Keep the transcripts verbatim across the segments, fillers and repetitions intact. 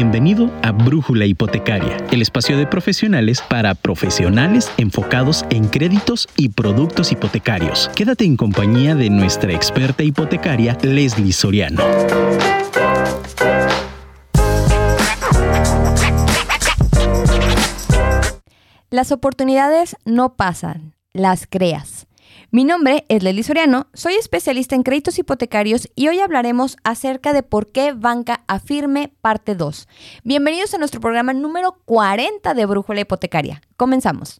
Bienvenido a Brújula Hipotecaria, el espacio de profesionales para profesionales enfocados en créditos y productos hipotecarios. Quédate en compañía de nuestra experta hipotecaria, Leslie Soriano. Las oportunidades no pasan, las creas. Mi nombre es Leslie Soriano, soy especialista en créditos hipotecarios y hoy hablaremos acerca de por qué Banca Afirme parte dos. Bienvenidos a nuestro programa número cuarenta de Brújula Hipotecaria. Comenzamos.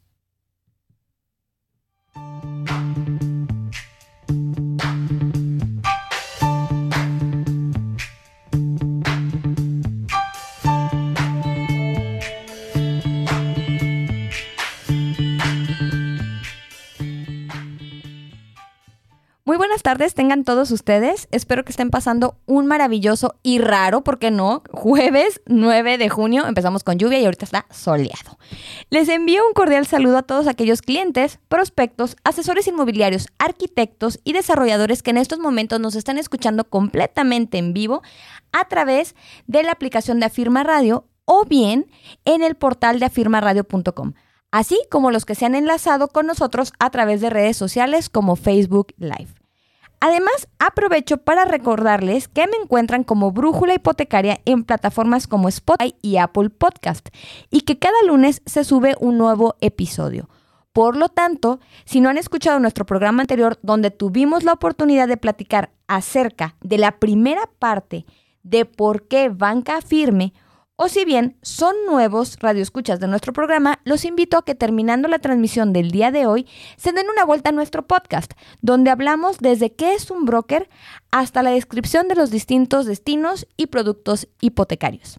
Muy buenas tardes, tengan todos ustedes. Espero que estén pasando un maravilloso y raro, ¿por qué no? Jueves nueve de junio, empezamos con lluvia y ahorita está soleado. Les envío un cordial saludo a todos aquellos clientes, prospectos, asesores inmobiliarios, arquitectos y desarrolladores que en estos momentos nos están escuchando completamente en vivo a través de la aplicación de Afirma Radio o bien en el portal de afirma radio punto com. Así como los que se han enlazado con nosotros a través de redes sociales como Facebook Live. Además, aprovecho para recordarles que me encuentran como Brújula Hipotecaria en plataformas como Spotify y Apple Podcast y que cada lunes se sube un nuevo episodio. Por lo tanto, si no han escuchado nuestro programa anterior donde tuvimos la oportunidad de platicar acerca de la primera parte de por qué Banca Afirme, o si bien son nuevos radioescuchas de nuestro programa, los invito a que terminando la transmisión del día de hoy, se den una vuelta a nuestro podcast, donde hablamos desde qué es un broker hasta la descripción de los distintos destinos y productos hipotecarios.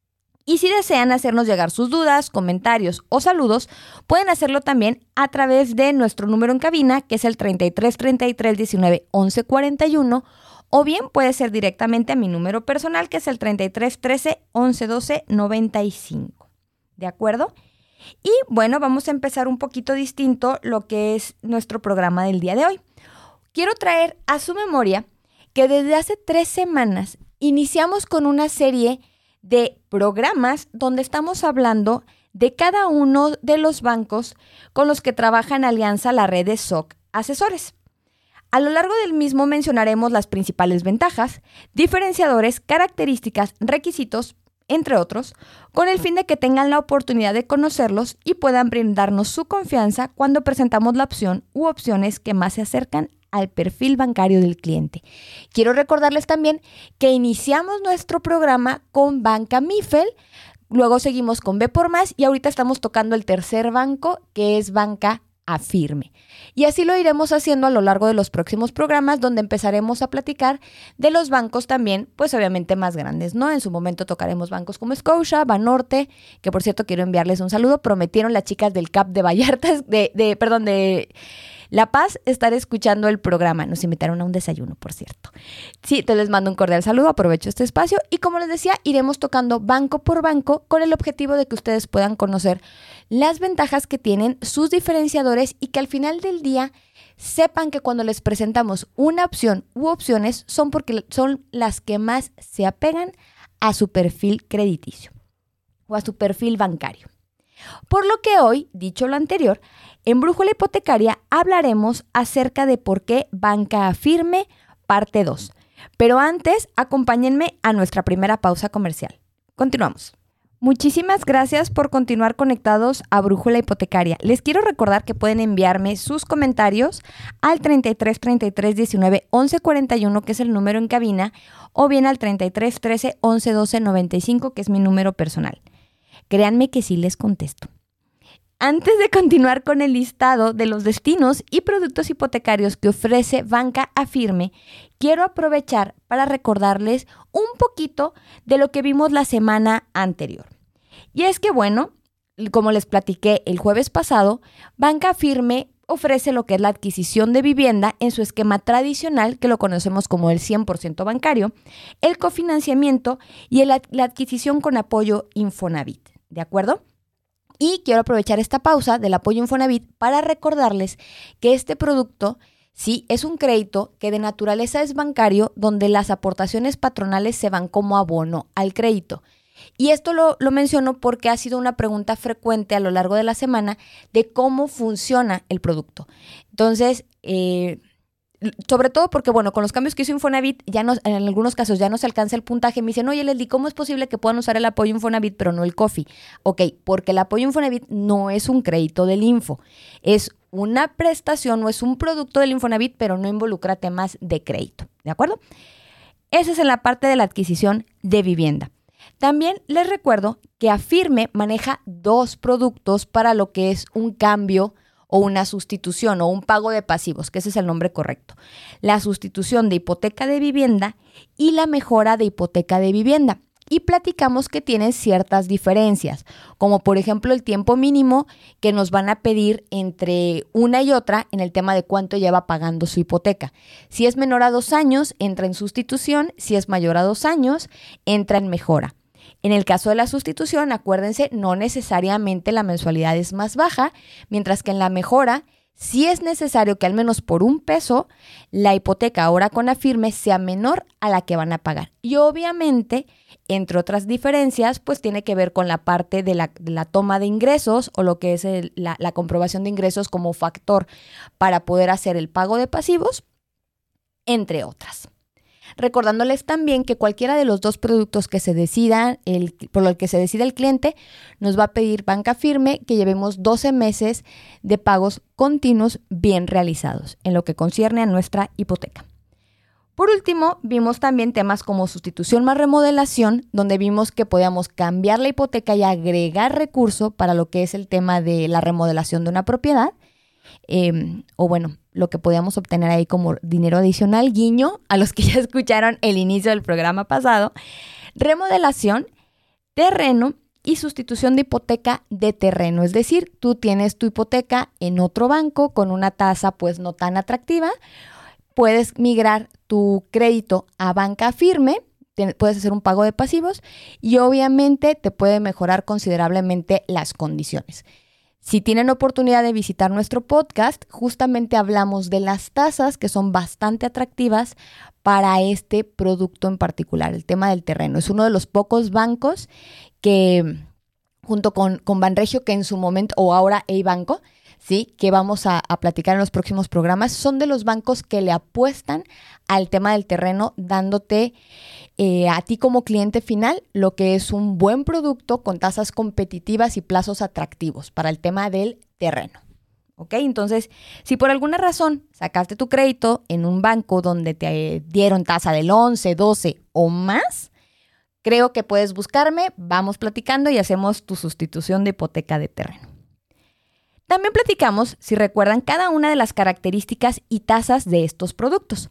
Y si desean hacernos llegar sus dudas, comentarios o saludos, pueden hacerlo también a través de nuestro número en cabina, que es el treinta y tres, treinta y tres, diecinueve, once, cuarenta y uno, o bien puede ser directamente a mi número personal, que es el treinta y tres, trece, once, doce, noventa y cinco. ¿De acuerdo? Y bueno, vamos a empezar un poquito distinto lo que es nuestro programa del día de hoy. Quiero traer a su memoria que desde hace tres semanas iniciamos con una serie de programas donde estamos hablando de cada uno de los bancos con los que trabaja en alianza la red de S O C Asesores. A lo largo del mismo mencionaremos las principales ventajas, diferenciadores, características, requisitos, entre otros, con el fin de que tengan la oportunidad de conocerlos y puedan brindarnos su confianza cuando presentamos la opción u opciones que más se acercan al perfil bancario del cliente. Quiero recordarles también que iniciamos nuestro programa con Banca Mifel, luego seguimos con B por Más y ahorita estamos tocando el tercer banco, que es Banca Afirme. Y así lo iremos haciendo a lo largo de los próximos programas, donde empezaremos a platicar de los bancos también, pues obviamente más grandes, ¿no? En su momento tocaremos bancos como Scotia, Banorte, que por cierto quiero enviarles un saludo. Prometieron las chicas del C A P de Vallarta, de, de perdón, de La Paz, estar escuchando el programa. Nos invitaron a un desayuno, por cierto. Sí, te les mando un cordial saludo, aprovecho este espacio y como les decía, iremos tocando banco por banco con el objetivo de que ustedes puedan conocer las ventajas que tienen, sus diferenciadores y que al final del día sepan que cuando les presentamos una opción u opciones son porque son las que más se apegan a su perfil crediticio o a su perfil bancario. Por lo que hoy, dicho lo anterior, en Brújula Hipotecaria hablaremos acerca de por qué Banca Afirme parte dos. Pero antes, acompáñenme a nuestra primera pausa comercial. Continuamos. Muchísimas gracias por continuar conectados a Brújula Hipotecaria. Les quiero recordar que pueden enviarme sus comentarios al treinta y tres, treinta y tres, diecinueve, once, cuarenta y uno, que es el número en cabina, o bien al treinta y tres, trece, once, doce, noventa y cinco, que es mi número personal. Créanme que sí les contesto. Antes de continuar con el listado de los destinos y productos hipotecarios que ofrece Banca Afirme, quiero aprovechar para recordarles un poquito de lo que vimos la semana anterior. Y es que, bueno, como les platiqué el jueves pasado, Banca Afirme ofrece lo que es la adquisición de vivienda en su esquema tradicional, que lo conocemos como el cien por ciento bancario, el cofinanciamiento y el, la adquisición con apoyo Infonavit. ¿De acuerdo? Y quiero aprovechar esta pausa del apoyo Infonavit para recordarles que este producto sí es un crédito que de naturaleza es bancario, donde las aportaciones patronales se van como abono al crédito. Y esto lo, lo menciono porque ha sido una pregunta frecuente a lo largo de la semana de cómo funciona el producto. Entonces, eh, sobre todo porque, bueno, con los cambios que hizo Infonavit, ya no, en algunos casos ya no se alcanza el puntaje. Me dicen, oye, Leslie, ¿cómo es posible que puedan usar el apoyo Infonavit pero no el COFI? Ok, porque el apoyo Infonavit no es un crédito del Info. Es una prestación o es un producto del Infonavit, pero no involucra temas de crédito. ¿De acuerdo? Esa es en la parte de la adquisición de vivienda. También les recuerdo que Afirme maneja dos productos para lo que es un cambio o una sustitución o un pago de pasivos, que ese es el nombre correcto. La sustitución de hipoteca de vivienda y la mejora de hipoteca de vivienda. Y platicamos que tienen ciertas diferencias, como por ejemplo el tiempo mínimo que nos van a pedir entre una y otra en el tema de cuánto lleva pagando su hipoteca. Si es menor a dos años, entra en sustitución. Si es mayor a dos años, entra en mejora. En el caso de la sustitución, acuérdense, no necesariamente la mensualidad es más baja, mientras que en la mejora sí es necesario que al menos por un peso la hipoteca ahora con Afirme sea menor a la que van a pagar. Y obviamente, entre otras diferencias, pues tiene que ver con la parte de la, de la toma de ingresos o lo que es el, la, la comprobación de ingresos como factor para poder hacer el pago de pasivos, entre otras. Recordándoles también que cualquiera de los dos productos que se decidan, el, por el que se decida el cliente, nos va a pedir Banca Afirme que llevemos doce meses de pagos continuos bien realizados en lo que concierne a nuestra hipoteca. Por último, vimos también temas como sustitución más remodelación, donde vimos que podíamos cambiar la hipoteca y agregar recurso para lo que es el tema de la remodelación de una propiedad. Eh, o bueno, lo que podíamos obtener ahí como dinero adicional, guiño a los que ya escucharon el inicio del programa pasado, remodelación, terreno y sustitución de hipoteca de terreno. Es decir, tú tienes tu hipoteca en otro banco con una tasa pues no tan atractiva, puedes migrar tu crédito a Banca Afirme, puedes hacer un pago de pasivos y obviamente te puede mejorar considerablemente las condiciones. Si tienen oportunidad de visitar nuestro podcast, justamente hablamos de las tasas que son bastante atractivas para este producto en particular, el tema del terreno. Es uno de los pocos bancos que, junto con, con Banregio, que en su momento, o ahora EIBanco, ¿sí?, que vamos a, a platicar en los próximos programas, son de los bancos que le apuestan al tema del terreno, dándote eh, a ti como cliente final lo que es un buen producto con tasas competitivas y plazos atractivos para el tema del terreno. ¿Ok? Entonces, si por alguna razón sacaste tu crédito en un banco donde te dieron tasa del once, doce o más, creo que puedes buscarme, vamos platicando y hacemos tu sustitución de hipoteca de terreno. También platicamos, si recuerdan, cada una de las características y tasas de estos productos.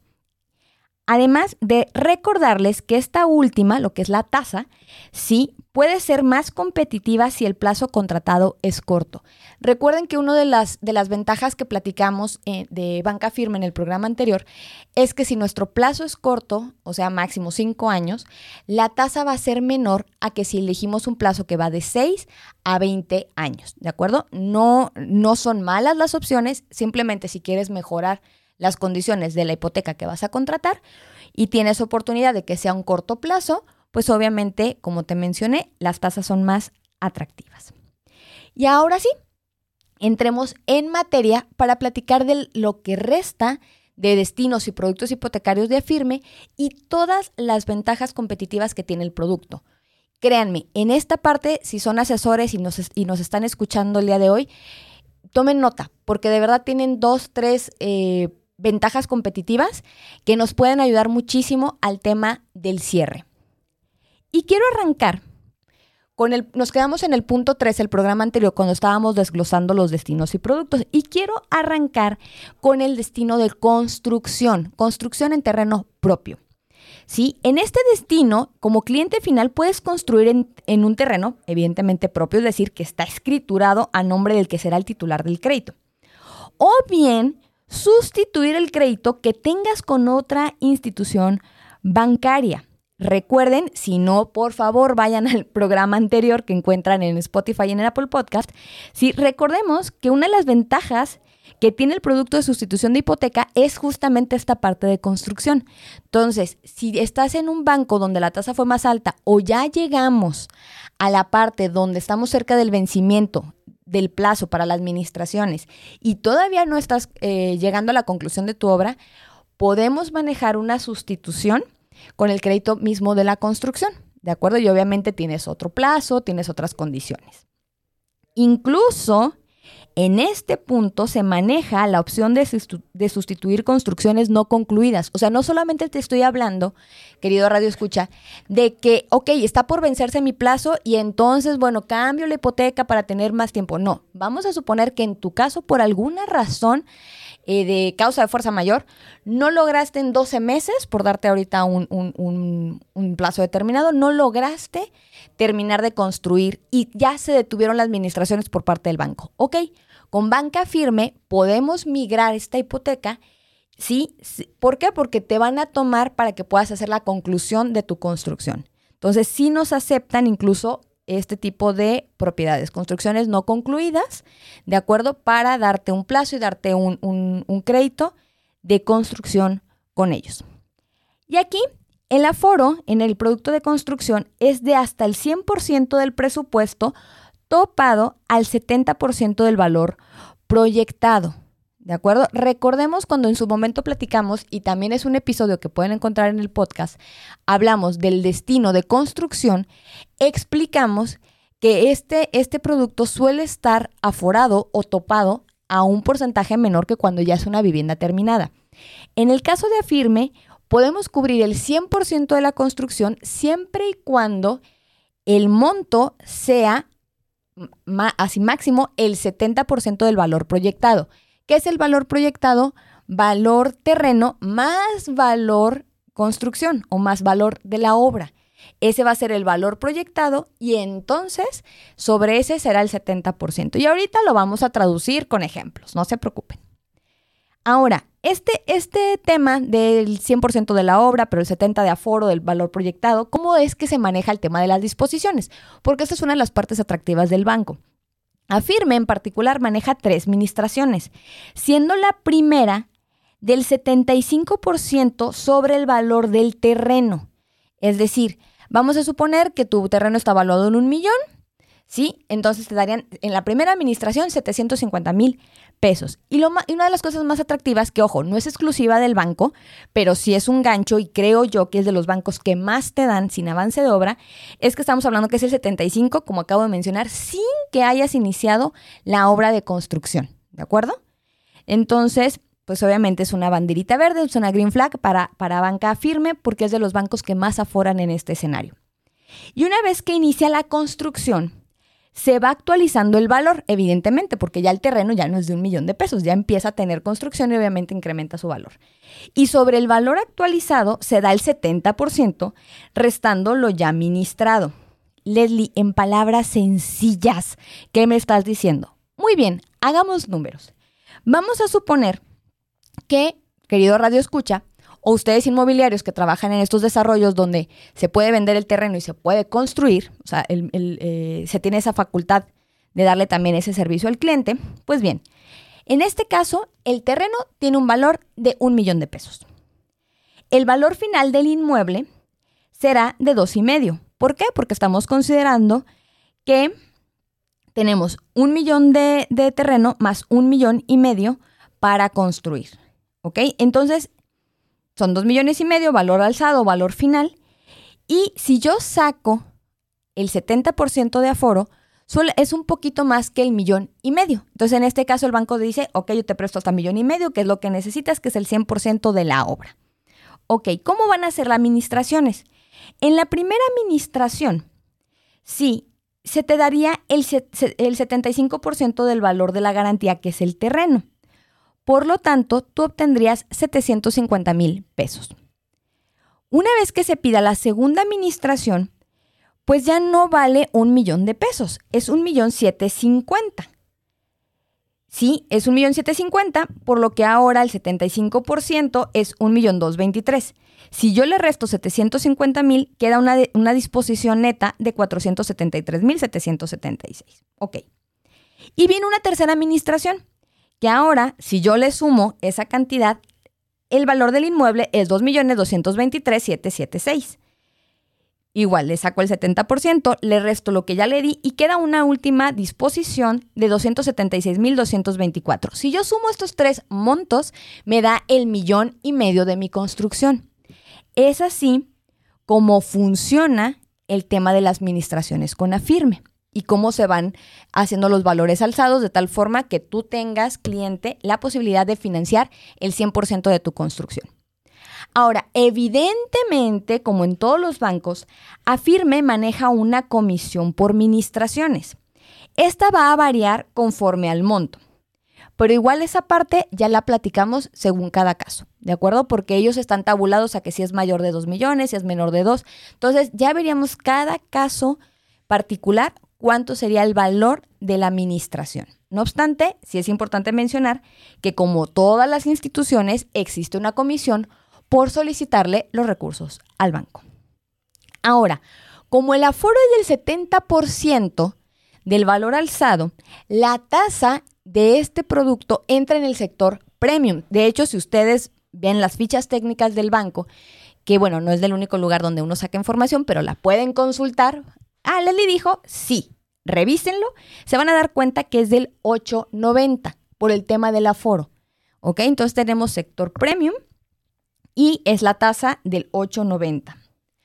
Además de recordarles que esta última, lo que es la tasa, sí puede ser más competitiva si el plazo contratado es corto. Recuerden que una de las, de las ventajas que platicamos eh, de Banca Afirme en el programa anterior es que si nuestro plazo es corto, o sea, máximo cinco años, la tasa va a ser menor a que si elegimos un plazo que va de seis a veinte años, ¿de acuerdo? No, no son malas las opciones, simplemente si quieres mejorar las condiciones de la hipoteca que vas a contratar y tienes oportunidad de que sea un corto plazo, pues obviamente, como te mencioné, las tasas son más atractivas. Y ahora sí, entremos en materia para platicar de lo que resta de destinos y productos hipotecarios de Afirme y todas las ventajas competitivas que tiene el producto. Créanme, en esta parte, si son asesores y nos, y nos están escuchando el día de hoy, tomen nota, porque de verdad tienen dos, tres eh, ventajas competitivas que nos pueden ayudar muchísimo al tema del cierre. Y quiero arrancar con el, nos quedamos en el punto tres del programa anterior cuando estábamos desglosando los destinos y productos, y quiero arrancar con el destino de construcción, construcción en terreno propio. ¿Sí? En este destino, como cliente final, puedes construir en, en un terreno, evidentemente propio, es decir, que está escriturado a nombre del que será el titular del crédito. O bien, sustituir el crédito que tengas con otra institución bancaria. Recuerden, si no, por favor, vayan al programa anterior que encuentran en Spotify y en el Apple Podcast. Sí, recordemos que una de las ventajas que tiene el producto de sustitución de hipoteca es justamente esta parte de construcción. Entonces, si estás en un banco donde la tasa fue más alta o ya llegamos a la parte donde estamos cerca del vencimiento del plazo para las administraciones y todavía no estás eh, llegando a la conclusión de tu obra, podemos manejar una sustitución con el crédito mismo de la construcción, ¿de acuerdo? Y obviamente tienes otro plazo, tienes otras condiciones. Incluso en este punto se maneja la opción de, sustitu- de sustituir construcciones no concluidas. O sea, no solamente te estoy hablando, querido Radio Escucha, de que, ok, está por vencerse mi plazo y entonces, bueno, cambio la hipoteca para tener más tiempo. No, vamos a suponer que en tu caso, por alguna razón eh, de causa de fuerza mayor, no lograste en doce meses, por darte ahorita un, un, un, un plazo determinado, no lograste terminar de construir y ya se detuvieron las administraciones por parte del banco. Ok, con Banca Firme podemos migrar esta hipoteca, ¿sí? ¿Por qué? Porque te van a tomar para que puedas hacer la conclusión de tu construcción. Entonces, sí nos aceptan incluso este tipo de propiedades, construcciones no concluidas, ¿de acuerdo? Para darte un plazo y darte un, un, un crédito de construcción con ellos. Y aquí, el aforo en el producto de construcción es de hasta el cien por ciento del presupuesto topado al setenta por ciento del valor proyectado, ¿de acuerdo? Recordemos cuando en su momento platicamos, y también es un episodio que pueden encontrar en el podcast, hablamos del destino de construcción, explicamos que este, este producto suele estar aforado o topado a un porcentaje menor que cuando ya es una vivienda terminada. En el caso de Afirme, podemos cubrir el cien por ciento de la construcción siempre y cuando el monto sea así máximo el setenta por ciento del valor proyectado. ¿Qué es el valor proyectado? Valor terreno más valor construcción o más valor de la obra. Ese va a ser el valor proyectado y entonces sobre ese será el setenta por ciento. Y ahorita lo vamos a traducir con ejemplos, no se preocupen. Ahora, este, este tema del cien por ciento de la obra, pero el setenta por ciento de aforo del valor proyectado, ¿cómo es que se maneja el tema de las disposiciones? Porque esta es una de las partes atractivas del banco. Afirme en particular maneja tres administraciones, siendo la primera del setenta y cinco por ciento sobre el valor del terreno. Es decir, vamos a suponer que tu terreno está valuado en un millón, ¿sí? Entonces te darían en la primera administración setecientos cincuenta mil pesos. Y, lo ma- y una de las cosas más atractivas, que ojo, no es exclusiva del banco, pero sí es un gancho y creo yo que es de los bancos que más te dan sin avance de obra, es que estamos hablando que es el setenta y cinco, como acabo de mencionar, sin que hayas iniciado la obra de construcción, ¿de acuerdo? Entonces, pues obviamente es una banderita verde, es una green flag para, para Banca Firme porque es de los bancos que más aforan en este escenario. Y una vez que inicia la construcción, se va actualizando el valor, evidentemente, porque ya el terreno ya no es de un millón de pesos, ya empieza a tener construcción y obviamente incrementa su valor. Y sobre el valor actualizado se da el setenta por ciento, restando lo ya administrado. Leslie, en palabras sencillas, ¿qué me estás diciendo? Muy bien, hagamos números. Vamos a suponer que, querido Radio Escucha, o ustedes inmobiliarios que trabajan en estos desarrollos donde se puede vender el terreno y se puede construir, o sea, el, el, eh, se tiene esa facultad de darle también ese servicio al cliente, pues bien, en este caso, el terreno tiene un valor de un millón de pesos. El valor final del inmueble será de dos y medio. ¿Por qué? Porque estamos considerando que tenemos un millón de, de terreno más un millón y medio para construir, ¿ok? Entonces, son dos millones y medio, valor alzado, valor final. Y si yo saco el setenta por ciento de aforo, suele, es un poquito más que el millón y medio. Entonces, en este caso, el banco dice, ok, yo te presto hasta millón y medio, que es lo que necesitas, que es el cien por ciento de la obra. Ok, ¿cómo van a ser las administraciones? En la primera administración, sí, se te daría el, el setenta y cinco por ciento del valor de la garantía, que es el terreno. Por lo tanto, tú obtendrías setecientos cincuenta mil pesos. Una vez que se pida la segunda administración, pues ya no vale un millón de pesos, es un millón setecientos cincuenta. Sí, es un millón setecientos cincuenta, por lo que ahora el setenta y cinco por ciento es un millón doscientos veintitrés. Si yo le resto setecientos cincuenta mil, queda una, de, una disposición neta de cuatrocientos setenta y tres mil setecientos setenta y seis. Ok. Y viene una tercera administración, que ahora, si yo le sumo esa cantidad, el valor del inmueble es dos millones doscientos veintitrés mil setecientos setenta y seis. Igual, le saco el setenta por ciento, le resto lo que ya le di y queda una última disposición de doscientos setenta y seis mil doscientos veinticuatro. Si yo sumo estos tres montos, me da el millón y medio de mi construcción. Es así como funciona el tema de las administraciones con Afirme y cómo se van haciendo los valores alzados de tal forma que tú tengas, cliente, la posibilidad de financiar el cien por ciento de tu construcción. Ahora, evidentemente, como en todos los bancos, Afirme maneja una comisión por ministraciones. Esta va a variar conforme al monto, pero igual esa parte ya la platicamos según cada caso, ¿de acuerdo? Porque ellos están tabulados a que si es mayor de dos millones, si es menor de dos. Entonces, ya veríamos cada caso particular cuánto sería el valor de la administración. No obstante, sí es importante mencionar que como todas las instituciones, existe una comisión por solicitarle los recursos al banco. Ahora, como el aforo es del setenta por ciento del valor alzado, la tasa de este producto entra en el sector premium. De hecho, si ustedes ven las fichas técnicas del banco, que bueno, no es del único lugar donde uno saca información, pero la pueden consultar. Ah, Leslie dijo, sí, revísenlo. Se van a dar cuenta que es del ocho noventa por el tema del aforo. ¿Ok? Entonces tenemos sector premium y es la tasa del ocho noventa.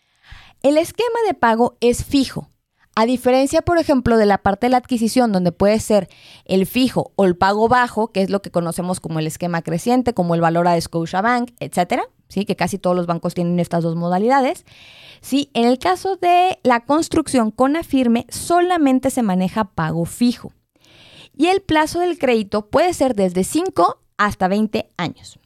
El esquema de pago es fijo. A diferencia, por ejemplo, de la parte de la adquisición, donde puede ser el fijo o el pago bajo, que es lo que conocemos como el esquema creciente, como el valor a Scotiabank, etcétera, ¿sí? Que casi todos los bancos tienen estas dos modalidades. Sí, en el caso de la construcción con Afirme, solamente se maneja pago fijo. Y el plazo del crédito puede ser desde cinco hasta veinte años.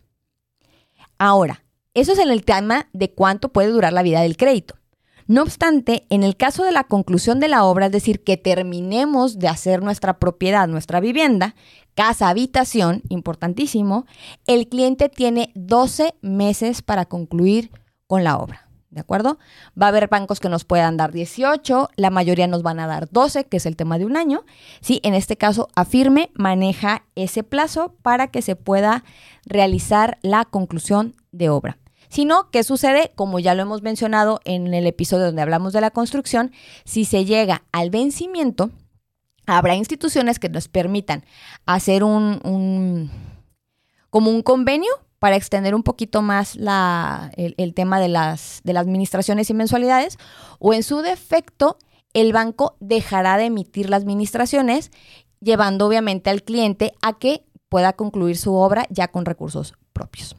Ahora, eso es en el tema de cuánto puede durar la vida del crédito. No obstante, en el caso de la conclusión de la obra, es decir, que terminemos de hacer nuestra propiedad, nuestra vivienda, casa, habitación, importantísimo, el cliente tiene doce meses para concluir con la obra. ¿De acuerdo? Va a haber bancos que nos puedan dar dieciocho, la mayoría nos van a dar doce, que es el tema de un año. Sí, en este caso, Afirme maneja ese plazo para que se pueda realizar la conclusión de obra. Si no, ¿qué sucede? Como ya lo hemos mencionado en el episodio donde hablamos de la construcción, si se llega al vencimiento, habrá instituciones que nos permitan hacer un, un como un convenio para extender un poquito más la, el, el tema de las, de las administraciones y mensualidades, o en su defecto, el banco dejará de emitir las administraciones, llevando obviamente al cliente a que pueda concluir su obra ya con recursos propios.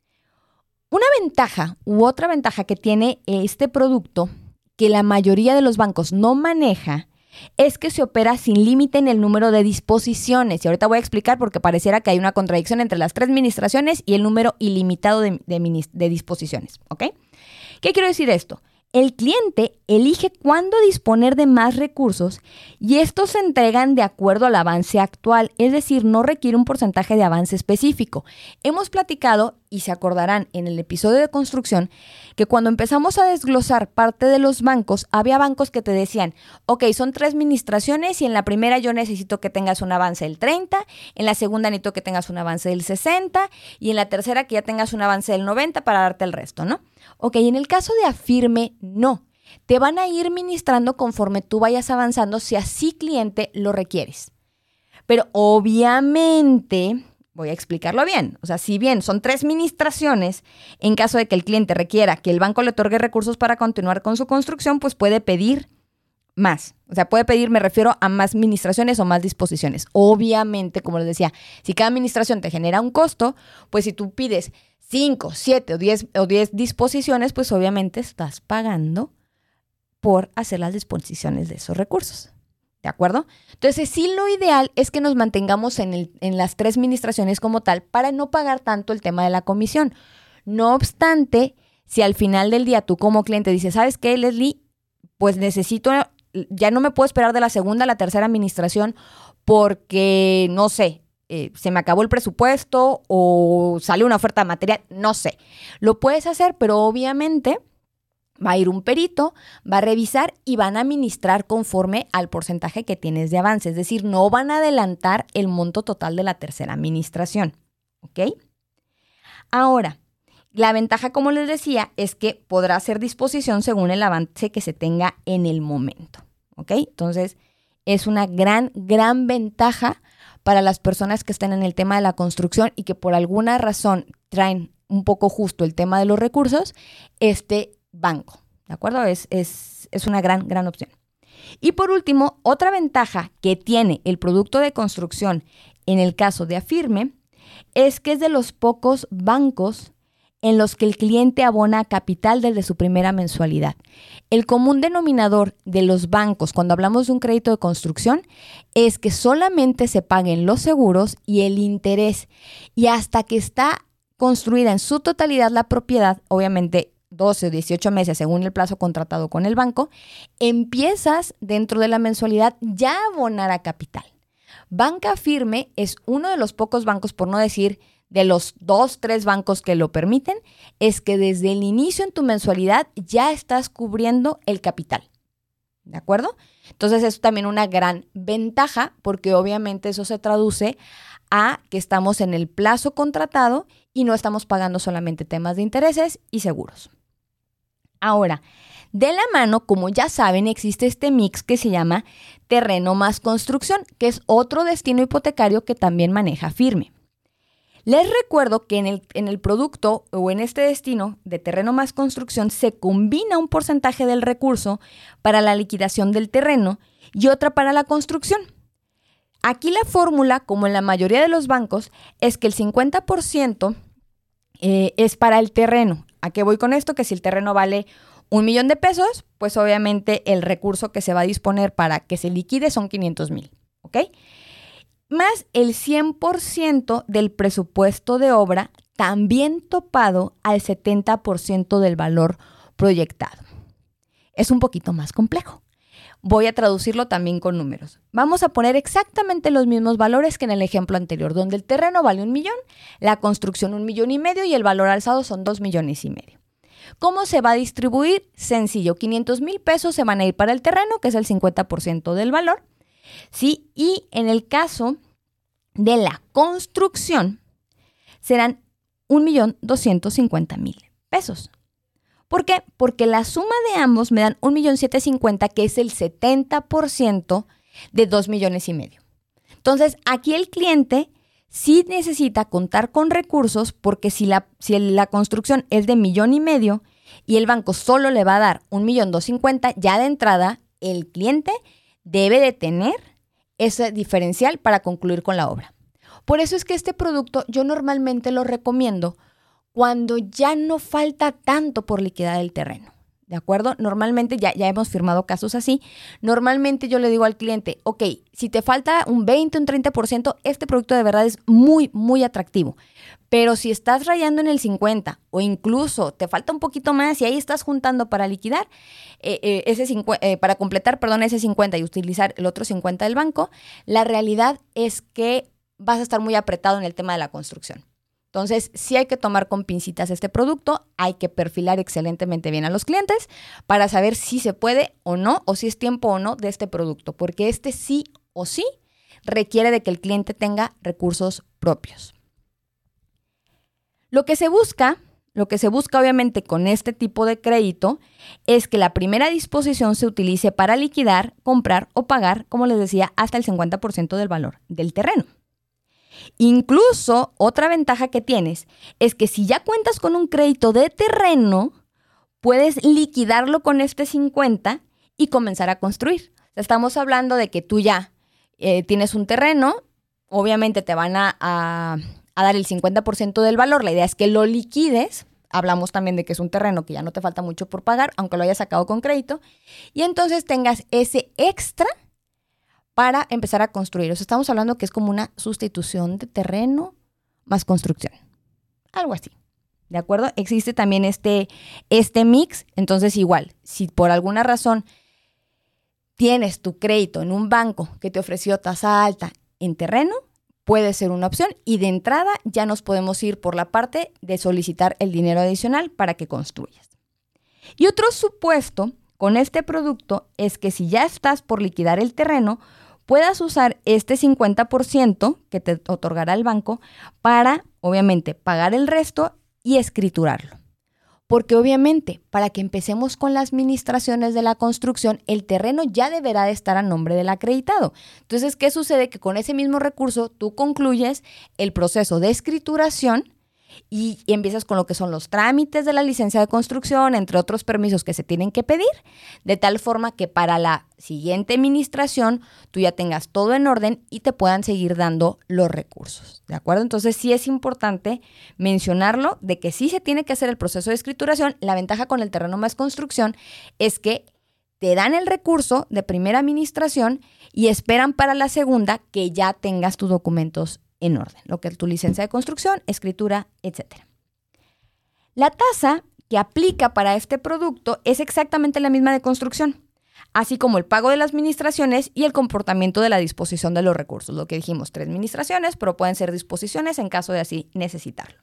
Una ventaja u otra ventaja que tiene este producto, que la mayoría de los bancos no maneja, es que se opera sin límite en el número de disposiciones. Y ahorita voy a explicar porque pareciera que hay una contradicción entre las tres administraciones y el número ilimitado de, de, de disposiciones. ¿Ok? ¿Qué quiero decir esto? El cliente elige cuándo disponer de más recursos y estos se entregan de acuerdo al avance actual, es decir, no requiere un porcentaje de avance específico. Hemos platicado, y se acordarán en el episodio de construcción, que cuando empezamos a desglosar parte de los bancos, había bancos que te decían, ok, son tres administraciones y en la primera yo necesito que tengas un avance del treinta, en la segunda necesito que tengas un avance del sesenta y en la tercera que ya tengas un avance del noventa para darte el resto, ¿no? Ok, en el caso de Afirme, no. Te van a ir ministrando conforme tú vayas avanzando si así, cliente, lo requieres. Pero obviamente, voy a explicarlo bien. O sea, si bien son tres ministraciones, en caso de que el cliente requiera que el banco le otorgue recursos para continuar con su construcción, pues puede pedir más. O sea, puede pedir, me refiero a más administraciones o más disposiciones. Obviamente, como les decía, si cada administración te genera un costo, pues si tú pides cinco, siete o diez o diez disposiciones, pues obviamente estás pagando por hacer las disposiciones de esos recursos. ¿De acuerdo? Entonces, sí, lo ideal es que nos mantengamos en, el, en las tres administraciones como tal para no pagar tanto el tema de la comisión. No obstante, si al final del día tú como cliente dices, ¿sabes qué, Leslie? Pues necesito, ya no me puedo esperar de la segunda a la tercera administración porque, no sé, Eh, se me acabó el presupuesto o salió una oferta de material, no sé. Lo puedes hacer, pero obviamente Va a ir un perito, va a revisar y van a administrar conforme al porcentaje que tienes de avance. Es decir, no van a adelantar el monto total de la tercera administración. ¿Ok? Ahora, la ventaja, como les decía, es que podrá hacer disposición según el avance que se tenga en el momento. ¿Ok? Entonces, es una gran, gran ventaja para las personas que están en el tema de la construcción y que por alguna razón traen un poco justo el tema de los recursos, este banco, ¿de acuerdo? Es, es, es una gran, gran opción. Y por último, otra ventaja que tiene el producto de construcción en el caso de Afirme es que es de los pocos bancos en los que el cliente abona capital desde su primera mensualidad. El común denominador de los bancos cuando hablamos de un crédito de construcción es que solamente se paguen los seguros y el interés. Y hasta que está construida en su totalidad la propiedad, obviamente doce o dieciocho meses según el plazo contratado con el banco, empiezas dentro de la mensualidad ya a abonar a capital. Banca Afirme es uno de los pocos bancos, por no decir de los dos, tres bancos que lo permiten, es que desde el inicio en tu mensualidad ya estás cubriendo el capital. ¿De acuerdo? Entonces es también una gran ventaja porque obviamente eso se traduce a que estamos en el plazo contratado y no estamos pagando solamente temas de intereses y seguros. Ahora, de la mano, como ya saben, existe este mix que se llama terreno más construcción, que es otro destino hipotecario que también maneja Afirme. Les recuerdo que en el, en el producto o en este destino de terreno más construcción se combina un porcentaje del recurso para la liquidación del terreno y otra para la construcción. Aquí la fórmula, como en la mayoría de los bancos, es que el cincuenta por ciento eh, es para el terreno. ¿A qué voy con esto? Que si el terreno vale un millón de pesos, pues obviamente el recurso que se va a disponer para que se liquide son quinientos mil, ¿ok? Más el cien por ciento del presupuesto de obra, también topado al setenta por ciento del valor proyectado. Es un poquito más complejo. Voy a traducirlo también con números. Vamos a poner exactamente los mismos valores que en el ejemplo anterior, donde el terreno vale un millón, la construcción un millón y medio y el valor alzado son dos millones y medio. ¿Cómo se va a distribuir? Sencillo, quinientos mil pesos se van a ir para el terreno, que es el cincuenta por ciento del valor. ¿Sí? Y en el caso de la construcción, serán un millón doscientos cincuenta mil pesos. ¿Por qué? Porque la suma de ambos me dan un millón setecientos cincuenta mil, que es el setenta por ciento de dos millones y medio. Entonces, aquí el cliente sí necesita contar con recursos porque si la, si la construcción es de millón y medio y el banco solo le va a dar un millón doscientos cincuenta mil, ya de entrada el cliente debe de tener ese diferencial para concluir con la obra. Por eso es que este producto yo normalmente lo recomiendo cuando ya no falta tanto por liquidar el terreno, ¿de acuerdo? Normalmente, ya, ya hemos firmado casos así, normalmente yo le digo al cliente, ok, si te falta un veinte, un treinta por ciento, este producto de verdad es muy, muy atractivo. Pero si estás rayando en el cincuenta o incluso te falta un poquito más y ahí estás juntando para liquidar, eh, eh, ese cincuenta, eh, para completar, perdón, ese cincuenta y utilizar el otro cincuenta del banco, la realidad es que vas a estar muy apretado en el tema de la construcción. Entonces, sí hay que tomar con pincitas este producto, hay que perfilar excelentemente bien a los clientes para saber si se puede o no, o si es tiempo o no de este producto, porque este sí o sí requiere de que el cliente tenga recursos propios. Lo que se busca, lo que se busca obviamente con este tipo de crédito es que la primera disposición se utilice para liquidar, comprar o pagar, como les decía, hasta el cincuenta por ciento del valor del terreno. Incluso, otra ventaja que tienes es que si ya cuentas con un crédito de terreno, puedes liquidarlo con este cincuenta y comenzar a construir. O sea, estamos hablando de que tú ya eh, tienes un terreno, obviamente te van a, a, a dar el cincuenta por ciento del valor. La idea es que lo liquides. Hablamos también de que es un terreno que ya no te falta mucho por pagar, aunque lo hayas sacado con crédito. Y entonces tengas ese extra para empezar a construir. O sea, estamos hablando que es como una sustitución de terreno más construcción. Algo así. ¿De acuerdo? Existe también este, este mix. Entonces, igual, si por alguna razón tienes tu crédito en un banco que te ofreció tasa alta en terreno, puede ser una opción. Y de entrada ya nos podemos ir por la parte de solicitar el dinero adicional para que construyas. Y otro supuesto con este producto es que si ya estás por liquidar el terreno, puedas usar este cincuenta por ciento que te otorgará el banco para, obviamente, pagar el resto y escriturarlo. Porque obviamente, para que empecemos con las administraciones de la construcción, el terreno ya deberá de estar a nombre del acreditado. Entonces, ¿qué sucede? Que con ese mismo recurso tú concluyes el proceso de escrituración y, y empiezas con lo que son los trámites de la licencia de construcción, entre otros permisos que se tienen que pedir, de tal forma que para la siguiente administración tú ya tengas todo en orden y te puedan seguir dando los recursos, ¿de acuerdo? Entonces sí es importante mencionarlo de que sí se tiene que hacer el proceso de escrituración. La ventaja con el terreno más construcción es que te dan el recurso de primera administración y esperan para la segunda que ya tengas tus documentos en orden, lo que es tu licencia de construcción, escritura, etcétera. La tasa que aplica para este producto es exactamente la misma de construcción, así como el pago de las administraciones y el comportamiento de la disposición de los recursos. Lo que dijimos, tres administraciones, pero pueden ser disposiciones en caso de así necesitarlo.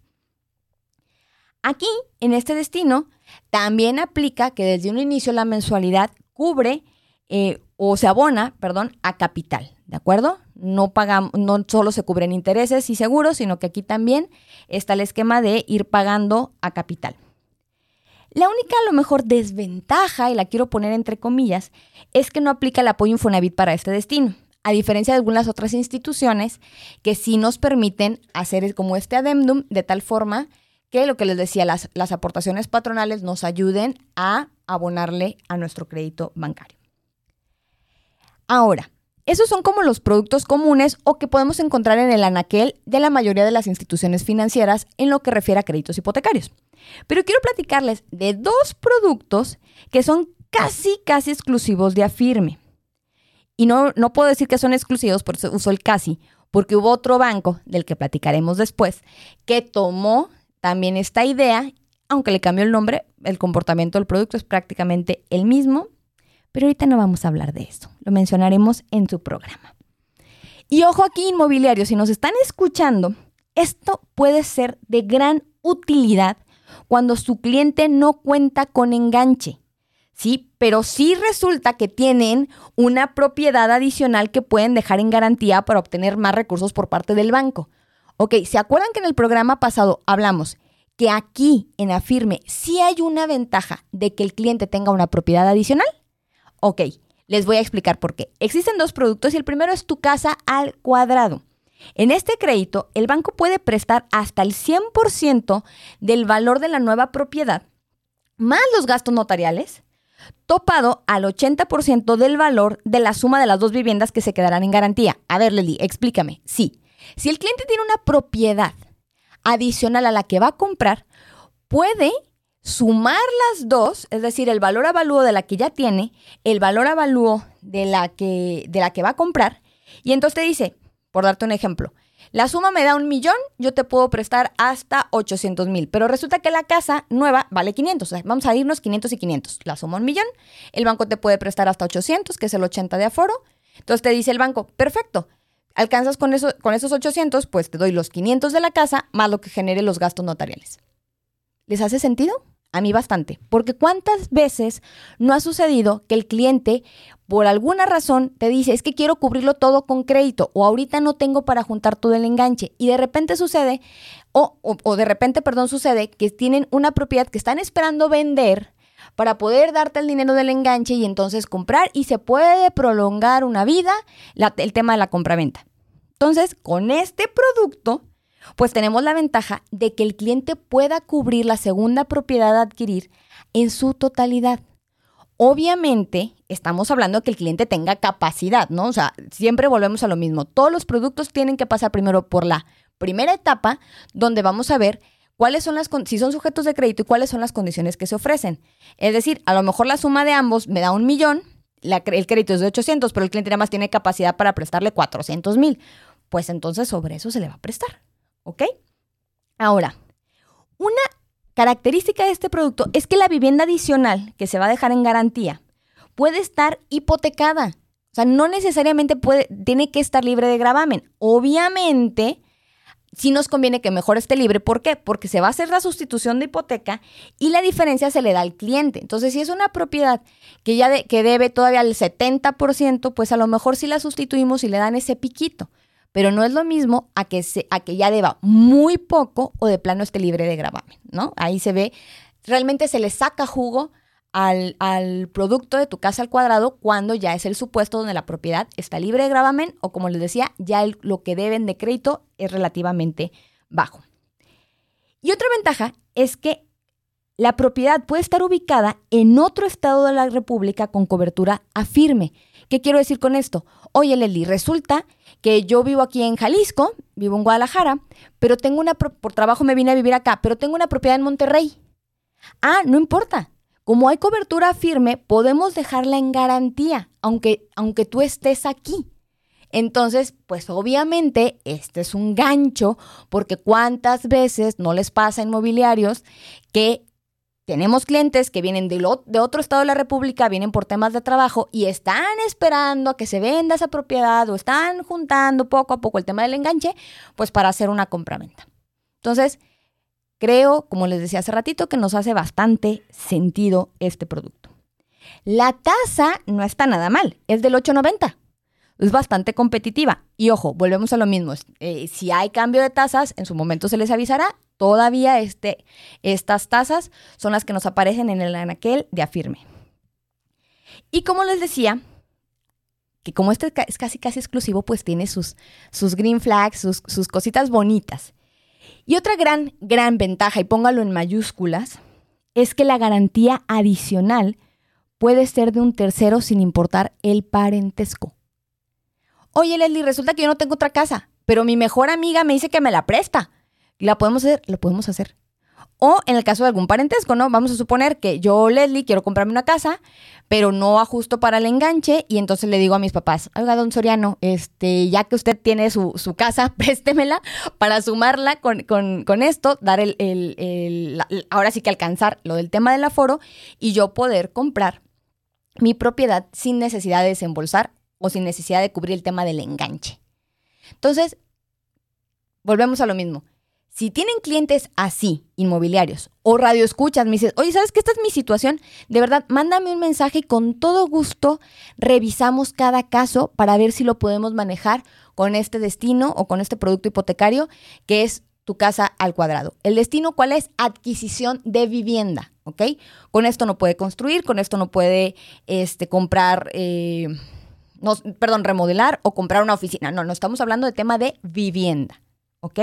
Aquí, en este destino, también aplica que desde un inicio la mensualidad cubre eh, o se abona, perdón, a capital, ¿de acuerdo? No pagamos, no solo se cubren intereses y seguros, sino que aquí también está el esquema de ir pagando a capital. La única, a lo mejor, desventaja, y la quiero poner entre comillas, es que no aplica el apoyo Infonavit para este destino, a diferencia de algunas otras instituciones que sí nos permiten hacer como este adendum de tal forma que lo que les decía, las, las aportaciones patronales nos ayuden a abonarle a nuestro crédito bancario. Ahora, esos son como los productos comunes o que podemos encontrar en el anaquel de la mayoría de las instituciones financieras en lo que refiere a créditos hipotecarios. Pero quiero platicarles de dos productos que son casi, casi exclusivos de Afirme. Y no, no puedo decir que son exclusivos, por eso uso el casi, porque hubo otro banco, del que platicaremos después, que tomó también esta idea, aunque le cambió el nombre, el comportamiento del producto es prácticamente el mismo. Pero ahorita no vamos a hablar de eso, lo mencionaremos en su programa. Y ojo aquí, inmobiliarios, si nos están escuchando, esto puede ser de gran utilidad cuando su cliente no cuenta con enganche, ¿sí? Pero sí resulta que tienen una propiedad adicional que pueden dejar en garantía para obtener más recursos por parte del banco. Ok, ¿se acuerdan que en el programa pasado hablamos que aquí en Afirme sí hay una ventaja de que el cliente tenga una propiedad adicional? Ok, les voy a explicar por qué. Existen dos productos y el primero es tu casa al cuadrado. En este crédito, el banco puede prestar hasta el cien por ciento del valor de la nueva propiedad, más los gastos notariales, topado al ochenta por ciento del valor de la suma de las dos viviendas que se quedarán en garantía. A ver, Leli, explícame. Sí, si el cliente tiene una propiedad adicional a la que va a comprar, puede sumar las dos, es decir, el valor avalúo de la que ya tiene, el valor avalúo de la que, de la que va a comprar, y entonces te dice, por darte un ejemplo, la suma me da un millón, yo te puedo prestar hasta ochocientos mil, pero resulta que la casa nueva vale quinientos, o sea, vamos a irnos quinientos y quinientos, la suma un millón, el banco te puede prestar hasta ochocientos, que es el ochenta de aforo, entonces te dice el banco, perfecto, alcanzas con, eso, con esos ochocientos, pues te doy los quinientos de la casa, más lo que genere los gastos notariales. ¿Les hace sentido? A mí bastante, porque ¿cuántas veces no ha sucedido que el cliente por alguna razón te dice es que quiero cubrirlo todo con crédito o ahorita no tengo para juntar todo el enganche y de repente sucede o, o, o de repente, perdón, sucede que tienen una propiedad que están esperando vender para poder darte el dinero del enganche y entonces comprar y se puede prolongar una vida la, el tema de la compraventa. Entonces, con este producto pues tenemos la ventaja de que el cliente pueda cubrir la segunda propiedad a adquirir en su totalidad. Obviamente, estamos hablando de que el cliente tenga capacidad, ¿no? O sea, siempre volvemos a lo mismo. Todos los productos tienen que pasar primero por la primera etapa, donde vamos a ver cuáles son las, si son sujetos de crédito y cuáles son las condiciones que se ofrecen. Es decir, a lo mejor la suma de ambos me da un millón, la, el crédito es de ochocientos, pero el cliente nada más tiene capacidad para prestarle cuatrocientos mil. Pues entonces sobre eso se le va a prestar. ¿Ok? Ahora, una característica de este producto es que la vivienda adicional que se va a dejar en garantía puede estar hipotecada. O sea, no necesariamente puede, tiene que estar libre de gravamen. Obviamente, sí nos conviene que mejor esté libre. ¿Por qué? Porque se va a hacer la sustitución de hipoteca y la diferencia se le da al cliente. Entonces, si es una propiedad que ya de, que debe todavía el setenta por ciento, pues a lo mejor sí la sustituimos y le dan ese piquito. Pero no es lo mismo a que, se, a que ya deba muy poco o de plano esté libre de gravamen, ¿no? Ahí se ve, realmente se le saca jugo Al, al producto de tu casa al cuadrado cuando ya es el supuesto donde la propiedad está libre de gravamen o, como les decía, ya el, lo que deben de crédito es relativamente bajo. Y otra ventaja es que la propiedad puede estar ubicada en otro estado de la República con cobertura a firme. ¿Qué quiero decir con esto? Oye, Leslie, resulta que yo vivo aquí en Jalisco, vivo en Guadalajara, pero tengo una, por trabajo me vine a vivir acá, pero tengo una propiedad en Monterrey. Ah, no importa. Como hay cobertura firme, podemos dejarla en garantía, aunque, aunque tú estés aquí. Entonces, pues obviamente este es un gancho, porque cuántas veces no les pasa a inmobiliarios que tenemos clientes que vienen de, lo, de otro estado de la República, vienen por temas de trabajo y están esperando a que se venda esa propiedad o están juntando poco a poco el tema del enganche, pues para hacer una compraventa. Entonces, creo, como les decía hace ratito, que nos hace bastante sentido este producto. La tasa no está nada mal, es del ocho noventa. Es bastante competitiva. Y ojo, volvemos a lo mismo. Eh, si hay cambio de tasas, en su momento se les avisará. Todavía este, estas tasas son las que nos aparecen en el anaquel de Afirme. Y como les decía, que como este es casi casi exclusivo, pues tiene sus, sus green flags, sus, sus cositas bonitas. Y otra gran, gran ventaja, y póngalo en mayúsculas, es que la garantía adicional puede ser de un tercero sin importar el parentesco. Oye, Leslie, resulta que yo no tengo otra casa, pero mi mejor amiga me dice que me la presta. ¿La podemos hacer? Lo podemos hacer. O en el caso de algún parentesco, ¿no? Vamos a suponer que yo, Leslie, quiero comprarme una casa, pero no ajusto para el enganche y entonces le digo a mis papás, oiga, don Soriano, este, ya que usted tiene su, su casa, préstemela para sumarla con, con, con esto, dar el, el, el, el, ahora sí que alcanzar lo del tema del aforo y yo poder comprar mi propiedad sin necesidad de desembolsar o sin necesidad de cubrir el tema del enganche. Entonces, volvemos a lo mismo. Si tienen clientes así, inmobiliarios, o radioescuchas, me dices, oye, ¿sabes qué? Esta es mi situación. De verdad, mándame un mensaje y con todo gusto revisamos cada caso para ver si lo podemos manejar con este destino o con este producto hipotecario que es tu casa al cuadrado. ¿El destino cuál es? Adquisición de vivienda, ¿ok? Con esto no puede construir, con esto no puede este, comprar... Eh, No, perdón, remodelar o comprar una oficina. No, no estamos hablando de tema de vivienda, ¿ok?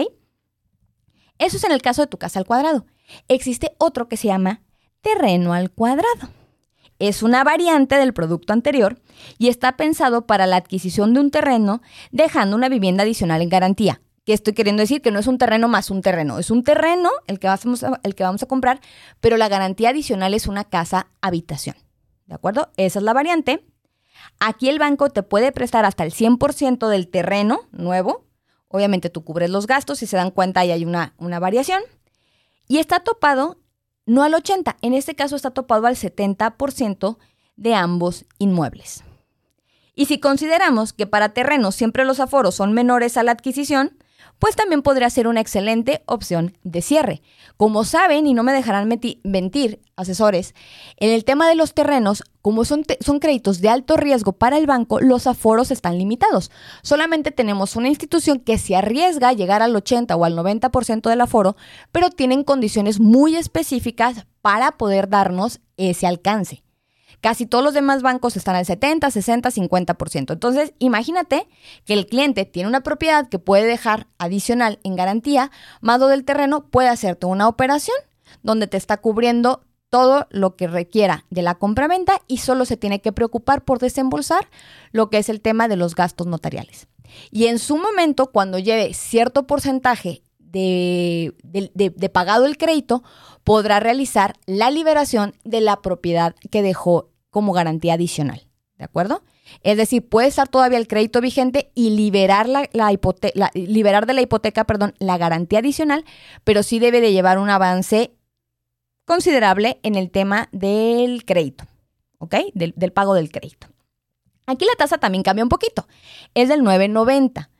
Eso es en el caso de tu casa al cuadrado. Existe otro que se llama terreno al cuadrado. Es una variante del producto anterior y está pensado para la adquisición de un terreno dejando una vivienda adicional en garantía. ¿Qué estoy queriendo decir? Que no es un terreno más un terreno. Es un terreno el que vamos a, el que vamos a comprar, pero la garantía adicional es una casa habitación. ¿De acuerdo? Esa es la variante. Aquí el banco te puede prestar hasta el cien por ciento del terreno nuevo. Obviamente tú cubres los gastos, si se dan cuenta ahí hay una, una variación. Y está topado no al ochenta por ciento, en este caso está topado al setenta por ciento de ambos inmuebles. Y si consideramos que para terrenos siempre los aforos son menores a la adquisición, pues también podría ser una excelente opción de cierre. Como saben, y no me dejarán meti- mentir, asesores, en el tema de los terrenos, como son, te- son créditos de alto riesgo para el banco, los aforos están limitados. Solamente tenemos una institución que se arriesga a llegar al ochenta o al noventa por ciento del aforo, pero tienen condiciones muy específicas para poder darnos ese alcance. Casi todos los demás bancos están al setenta, sesenta, cincuenta por ciento. Entonces, imagínate que el cliente tiene una propiedad que puede dejar adicional en garantía, más lo del terreno, puede hacerte una operación donde te está cubriendo todo lo que requiera de la compraventa y solo se tiene que preocupar por desembolsar lo que es el tema de los gastos notariales. Y en su momento, cuando lleve cierto porcentaje de, de, de, de pagado el crédito, podrá realizar la liberación de la propiedad que dejó como garantía adicional, ¿de acuerdo? Es decir, puede estar todavía el crédito vigente y liberar, la, la hipote- la, liberar de la hipoteca, perdón, la garantía adicional, pero sí debe de llevar un avance considerable en el tema del crédito, ¿ok? Del, del pago del crédito. Aquí la tasa también cambia un poquito, es del nueve noventa.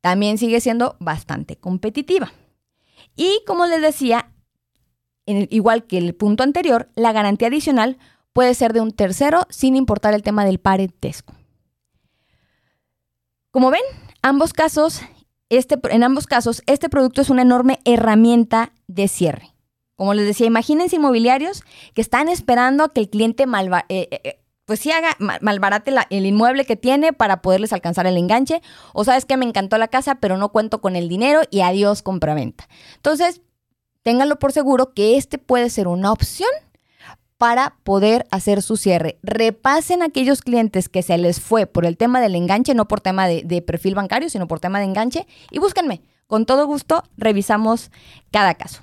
también sigue siendo bastante competitiva. Y como les decía, en el, igual que el punto anterior, la garantía adicional puede ser de un tercero sin importar el tema del parentesco. Como ven, ambos casos, este, en ambos casos, este producto es una enorme herramienta de cierre. Como les decía, imagínense inmobiliarios que están esperando a que el cliente malva, eh, eh, pues sí haga, mal, malbarate la, el inmueble que tiene para poderles alcanzar el enganche. O sabes que me encantó la casa, pero no cuento con el dinero y adiós compraventa. Entonces, ténganlo por seguro que este puede ser una opción para poder hacer su cierre. Repasen a aquellos clientes que se les fue por el tema del enganche, no por tema de, de perfil bancario, sino por tema de enganche, y búsquenme. Con todo gusto revisamos cada caso.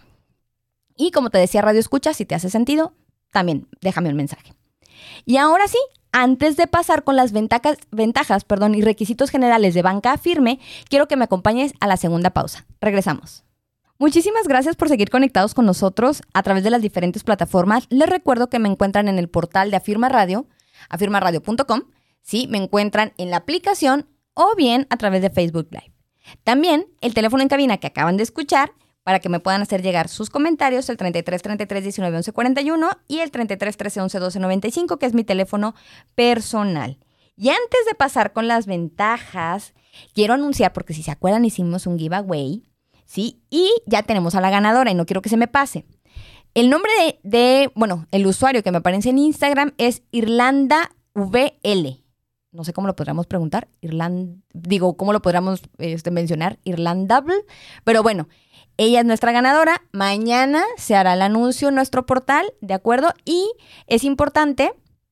Y como te decía Radio Escucha, si te hace sentido, también déjame un mensaje. Y ahora sí, antes de pasar con las ventajas, ventajas perdón, y requisitos generales de Banca Afirme, quiero que me acompañes a la segunda pausa. Regresamos. Muchísimas gracias por seguir conectados con nosotros a través de las diferentes plataformas. Les recuerdo que me encuentran en el portal de Afirma Radio, afirma radio punto com. Sí, me encuentran en la aplicación o bien a través de Facebook Live. También el teléfono en cabina que acaban de escuchar para que me puedan hacer llegar sus comentarios, el treinta y tres, treinta y tres, diecinueve, once, cuarenta y uno y el treinta y tres, trece, once, doce, noventa y cinco, que es mi teléfono personal. Y antes de pasar con las ventajas, quiero anunciar, porque si se acuerdan hicimos un giveaway, ¿sí? Y ya tenemos a la ganadora y no quiero que se me pase. El nombre de, de bueno, el usuario que me aparece en Instagram es Irlanda V L. No sé cómo lo podríamos preguntar, Irlanda, digo, cómo lo podríamos este, mencionar, Irlandable, pero bueno, ella es nuestra ganadora. Mañana se hará el anuncio en nuestro portal, ¿de acuerdo? Y es importante,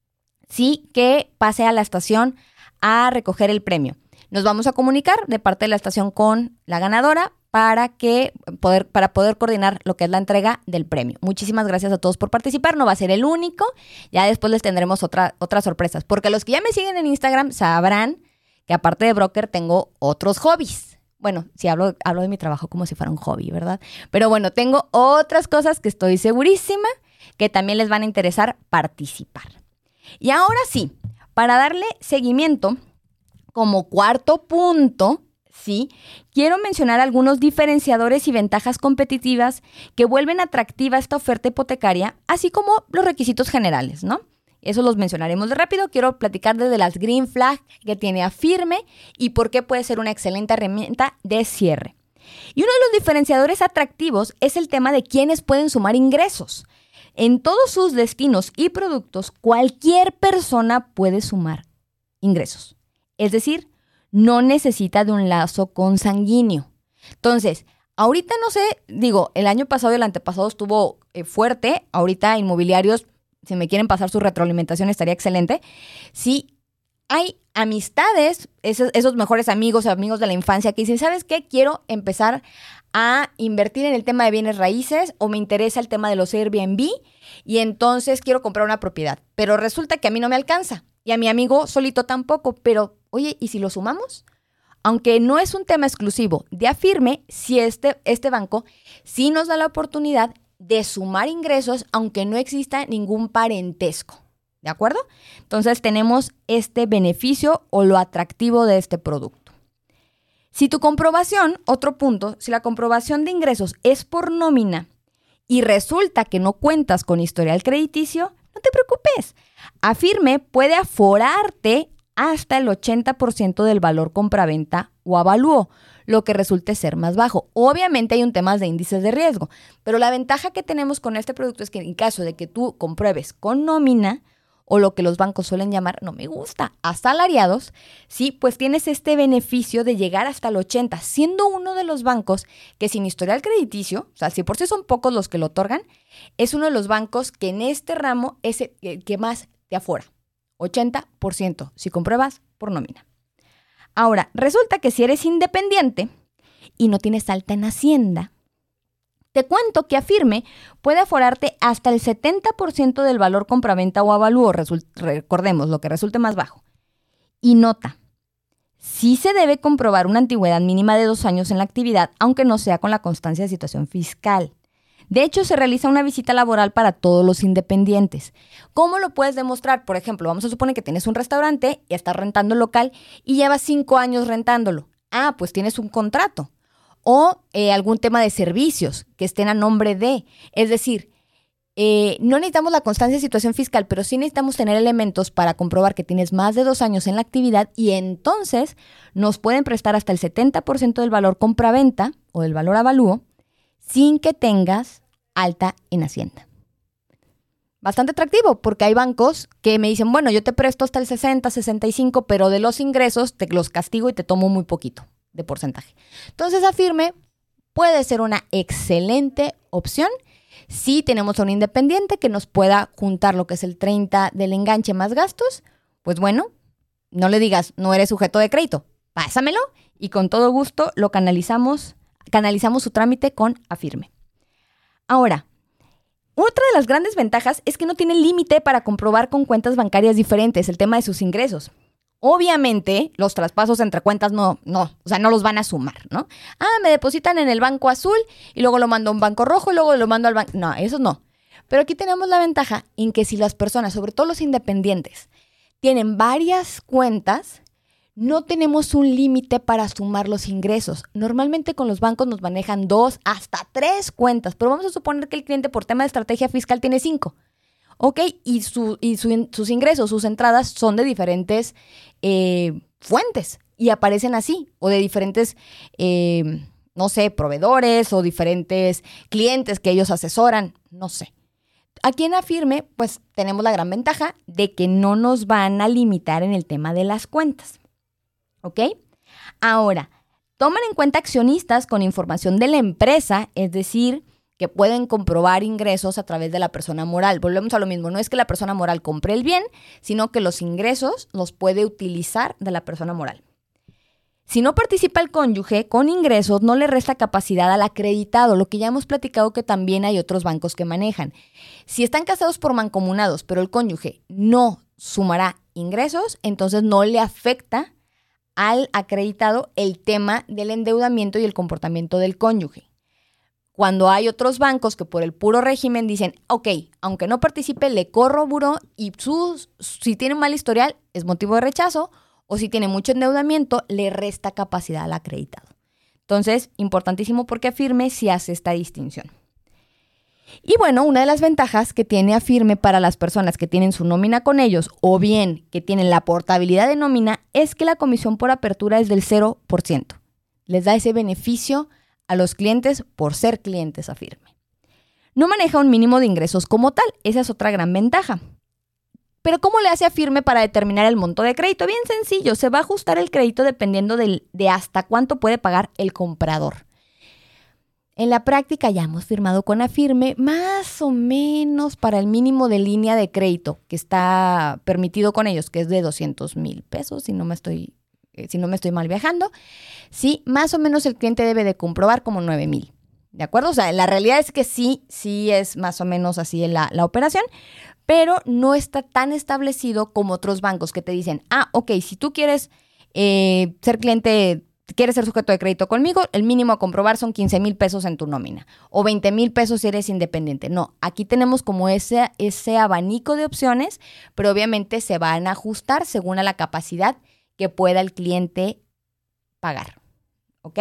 sí, que pase a la estación a recoger el premio. Nos vamos a comunicar de parte de la estación con la ganadora para que poder, para poder coordinar lo que es la entrega del premio. Muchísimas gracias a todos por participar. No va a ser el único. Ya después les tendremos otra, otras sorpresas. Porque los que ya me siguen en Instagram sabrán que aparte de broker tengo otros hobbies. Bueno, sí, hablo, hablo de mi trabajo como si fuera un hobby, ¿verdad? Pero bueno, tengo otras cosas que estoy segurísima que también les van a interesar participar. Y ahora sí, para darle seguimiento, como cuarto punto, sí, quiero mencionar algunos diferenciadores y ventajas competitivas que vuelven atractiva esta oferta hipotecaria, así como los requisitos generales, ¿no? Eso los mencionaremos de rápido. Quiero platicar desde las green flag que tiene Afirme y por qué puede ser una excelente herramienta de cierre. Y uno de los diferenciadores atractivos es el tema de quiénes pueden sumar ingresos. En todos sus destinos y productos, cualquier persona puede sumar ingresos. Es decir, no necesita de un lazo consanguíneo. Entonces, ahorita no sé, digo, el año pasado y el antepasado estuvo eh, fuerte. Ahorita inmobiliarios, si me quieren pasar su retroalimentación, estaría excelente. Si hay amistades, esos, esos mejores amigos, amigos de la infancia que dicen, ¿sabes qué? Quiero empezar a invertir en el tema de bienes raíces o me interesa el tema de los Airbnb y entonces quiero comprar una propiedad. Pero resulta que a mí no me alcanza y a mi amigo solito tampoco. Pero, oye, ¿y si lo sumamos? Aunque no es un tema exclusivo de Afirme, si este, este banco sí nos da la oportunidad de sumar ingresos, aunque no exista ningún parentesco, ¿de acuerdo? Entonces tenemos este beneficio o lo atractivo de este producto. Si tu comprobación, otro punto, si la comprobación de ingresos es por nómina y resulta que no cuentas con historial crediticio, no te preocupes. Afirme puede aforarte hasta el ochenta por ciento del valor compraventa o avalúo, lo que resulte ser más bajo. Obviamente hay un tema de índices de riesgo, pero la ventaja que tenemos con este producto es que en caso de que tú compruebes con nómina o lo que los bancos suelen llamar, no me gusta, asalariados, sí, pues tienes este beneficio de llegar hasta el ochenta, siendo uno de los bancos que sin historial crediticio, o sea, si por sí son pocos los que lo otorgan, es uno de los bancos que en este ramo es el que más te afora, ochenta por ciento, si compruebas por nómina. Ahora, resulta que si eres independiente y no tienes alta en Hacienda, te cuento que Afirme puede aforarte hasta el setenta por ciento del valor compraventa o avalúo, resul- recordemos, lo que resulte más bajo. Y nota, sí se debe comprobar una antigüedad mínima de dos años en la actividad, aunque no sea con la constancia de situación fiscal. De hecho, se realiza una visita laboral para todos los independientes. ¿Cómo lo puedes demostrar? Por ejemplo, vamos a suponer que tienes un restaurante y estás rentando el local y llevas cinco años rentándolo. Ah, pues tienes un contrato. O eh, algún tema de servicios que estén a nombre de. Es decir, eh, no necesitamos la constancia de situación fiscal, pero sí necesitamos tener elementos para comprobar que tienes más de dos años en la actividad y entonces nos pueden prestar hasta el setenta por ciento del valor compra-venta o del valor avalúo sin que tengas alta en Hacienda. Bastante atractivo porque hay bancos que me dicen, bueno, yo te presto hasta el sesenta, sesenta y cinco, pero de los ingresos te los castigo y te tomo muy poquito de porcentaje. Entonces, Afirme puede ser una excelente opción si tenemos a un independiente que nos pueda juntar lo que es el treinta del enganche más gastos. Pues bueno, no le digas, no eres sujeto de crédito, pásamelo y con todo gusto lo canalizamos, canalizamos su trámite con Afirme. Ahora, otra de las grandes ventajas es que no tiene límite para comprobar con cuentas bancarias diferentes el tema de sus ingresos. Obviamente, los traspasos entre cuentas no, no, o sea, no los van a sumar, ¿no? Ah, me depositan en el banco azul y luego lo mando a un banco rojo y luego lo mando al banco... No, eso no. Pero aquí tenemos la ventaja en que si las personas, sobre todo los independientes, tienen varias cuentas, no tenemos un límite para sumar los ingresos. Normalmente con los bancos nos manejan dos hasta tres cuentas, pero vamos a suponer que el cliente por tema de estrategia fiscal tiene cinco. Ok, y, su, y su, sus ingresos, sus entradas son de diferentes eh, fuentes y aparecen así, o de diferentes, eh, no sé, proveedores o diferentes clientes que ellos asesoran, no sé. Aquí en Afirme, pues tenemos la gran ventaja de que no nos van a limitar en el tema de las cuentas. ¿Ok? Ahora, toman en cuenta accionistas con información de la empresa, es decir, que pueden comprobar ingresos a través de la persona moral. Volvemos a lo mismo, no es que la persona moral compre el bien, sino que los ingresos los puede utilizar de la persona moral. Si no participa el cónyuge con ingresos, no le resta capacidad al acreditado, lo que ya hemos platicado que también hay otros bancos que manejan. Si están casados por mancomunados, pero el cónyuge no sumará ingresos, entonces no le afecta al acreditado el tema del endeudamiento y el comportamiento del cónyuge. Cuando hay otros bancos que por el puro régimen dicen, ok, aunque no participe, le corro buró y sus, si tiene un mal historial es motivo de rechazo o si tiene mucho endeudamiento, le resta capacidad al acreditado. Entonces, importantísimo porque Afirme sí hace esta distinción. Y bueno, una de las ventajas que tiene Afirme para las personas que tienen su nómina con ellos o bien que tienen la portabilidad de nómina es que la comisión por apertura es del cero por ciento. Les da ese beneficio a los clientes por ser clientes Afirme. No maneja un mínimo de ingresos como tal, esa es otra gran ventaja. Pero ¿cómo le hace Afirme para determinar el monto de crédito? Bien sencillo, se va a ajustar el crédito dependiendo del, de hasta cuánto puede pagar el comprador. En la práctica ya hemos firmado con Afirme más o menos para el mínimo de línea de crédito que está permitido con ellos, que es de doscientos mil pesos, si no me estoy, si no me estoy mal viajando. Sí, más o menos el cliente debe de comprobar como nueve mil. ¿De acuerdo? O sea, la realidad es que sí, sí es más o menos así la, la operación, pero no está tan establecido como otros bancos que te dicen, ah, ok, si tú quieres eh, ser cliente, quieres ser sujeto de crédito conmigo, el mínimo a comprobar son quince mil pesos en tu nómina o veinte mil pesos si eres independiente. No, aquí tenemos como ese, ese abanico de opciones, pero obviamente se van a ajustar según a la capacidad que pueda el cliente pagar. ¿Ok?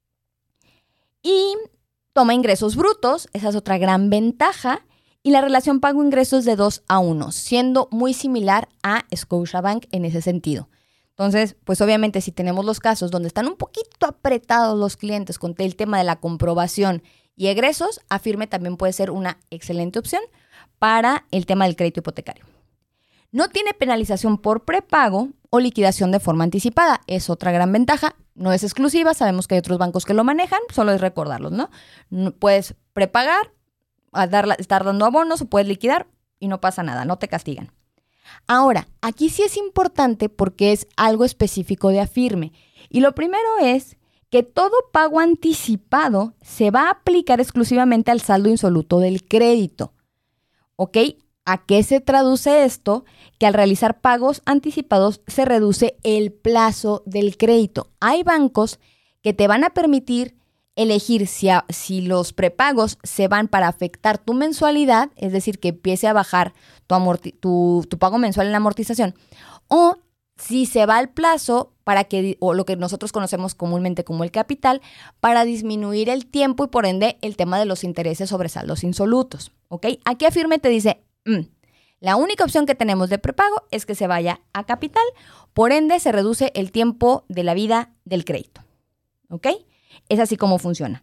Y toma ingresos brutos, esa es otra gran ventaja, y la relación pago-ingresos de dos a uno, siendo muy similar a Scotiabank en ese sentido. Entonces, pues obviamente si tenemos los casos donde están un poquito apretados los clientes con el tema de la comprobación y egresos, Afirme también puede ser una excelente opción para el tema del crédito hipotecario. No tiene penalización por prepago o liquidación de forma anticipada. Es otra gran ventaja. No es exclusiva, sabemos que hay otros bancos que lo manejan, solo es recordarlos, ¿no? Puedes prepagar, a dar, estar dando abonos o puedes liquidar y no pasa nada, no te castigan. Ahora, aquí sí es importante porque es algo específico de Afirme. Y lo primero es que todo pago anticipado se va a aplicar exclusivamente al saldo insoluto del crédito. ¿Ok? ¿A qué se traduce esto? Que al realizar pagos anticipados se reduce el plazo del crédito. Hay bancos que te van a permitir elegir si, a, si los prepagos se van para afectar tu mensualidad, es decir, que empiece a bajar tu, amorti- tu, tu pago mensual en la amortización, o si se va al plazo para que, o lo que nosotros conocemos comúnmente como el capital, para disminuir el tiempo y por ende el tema de los intereses sobre saldos insolutos, ¿ok? Aquí Afirme te dice, mm, la única opción que tenemos de prepago es que se vaya a capital, por ende se reduce el tiempo de la vida del crédito, ¿ok? Es así como funciona.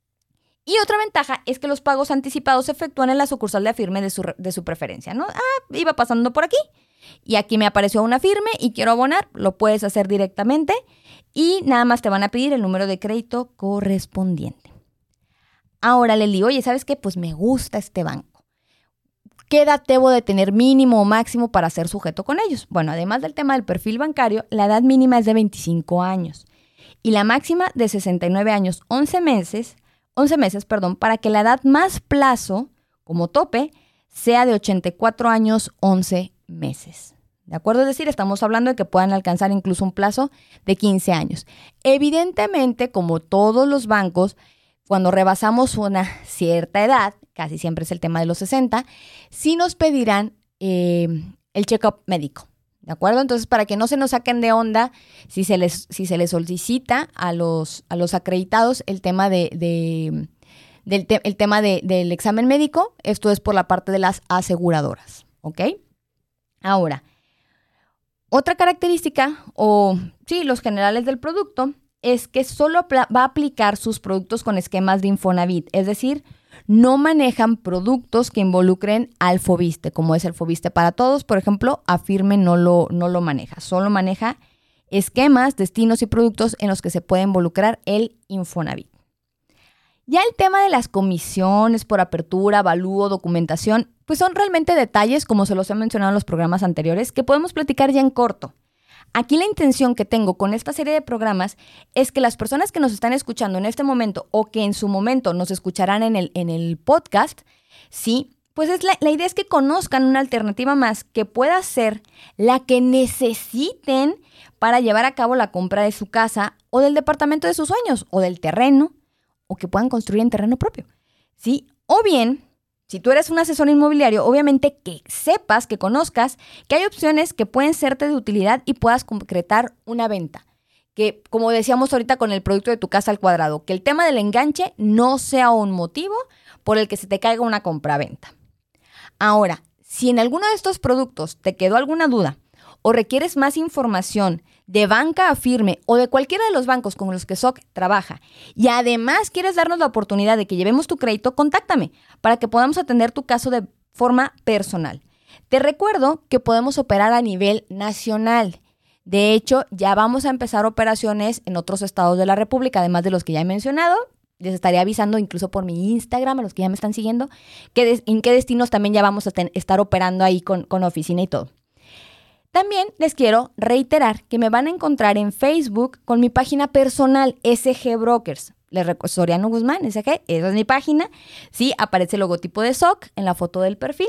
Y otra ventaja es que los pagos anticipados se efectúan en la sucursal de Afirme de su, de su preferencia, ¿no? Ah, iba pasando por aquí y aquí me apareció una Afirme y quiero abonar, lo puedes hacer directamente y nada más te van a pedir el número de crédito correspondiente. Ahora, Leli, oye, ¿sabes qué? Pues me gusta este banco. ¿Qué edad debo de tener mínimo o máximo para ser sujeto con ellos? Bueno, además del tema del perfil bancario, la edad mínima es de veinticinco años y la máxima de sesenta y nueve años, once meses, once meses, perdón, para que la edad más plazo, como tope, sea de ochenta y cuatro años, once meses. ¿De acuerdo? Es decir, estamos hablando de que puedan alcanzar incluso un plazo de quince años. Evidentemente, como todos los bancos, cuando rebasamos una cierta edad, casi siempre es el tema de los sesenta, sí nos pedirán eh, el check-up médico. ¿De acuerdo? Entonces, para que no se nos saquen de onda, si se les, si se les solicita a los, a los acreditados el tema, de, de, del te, el tema de, del examen médico, esto es por la parte de las aseguradoras. ¿Ok? Ahora, otra característica, o sí, los generales del producto, es que solo va a aplicar sus productos con esquemas de Infonavit, es decir, no manejan productos que involucren al Foviste, como es el Foviste para Todos, por ejemplo, Afirme no lo, no lo maneja, solo maneja esquemas, destinos y productos en los que se puede involucrar el Infonavit. Ya el tema de las comisiones por apertura, avalúo, documentación, pues son realmente detalles, como se los he mencionado en los programas anteriores, que podemos platicar ya en corto. Aquí la intención que tengo con esta serie de programas es que las personas que nos están escuchando en este momento o que en su momento nos escucharán en el, en el podcast, sí, pues es la, la idea es que conozcan una alternativa más que pueda ser la que necesiten para llevar a cabo la compra de su casa o del departamento de sus sueños o del terreno o que puedan construir en terreno propio, ¿sí? O bien, si tú eres un asesor inmobiliario, obviamente que sepas, que conozcas que hay opciones que pueden serte de utilidad y puedas concretar una venta. Que, como decíamos ahorita con el producto de tu casa al cuadrado, que el tema del enganche no sea un motivo por el que se te caiga una compraventa. Ahora, si en alguno de estos productos te quedó alguna duda o requieres más información de Banca Afirme o de cualquiera de los bancos con los que S O C trabaja y además quieres darnos la oportunidad de que llevemos tu crédito, contáctame para que podamos atender tu caso de forma personal. Te recuerdo que podemos operar a nivel nacional. De hecho, ya vamos a empezar operaciones en otros estados de la República, además de los que ya he mencionado. Les estaré avisando incluso por mi Instagram, a los que ya me están siguiendo, que de, en qué destinos también ya vamos a ten, estar operando ahí con, con oficina y todo. También les quiero reiterar que me van a encontrar en Facebook con mi página personal, S G Brokers. Les recuerdo, Soriano Guzmán, S G, esa es mi página. Sí, aparece el logotipo de S O C en la foto del perfil.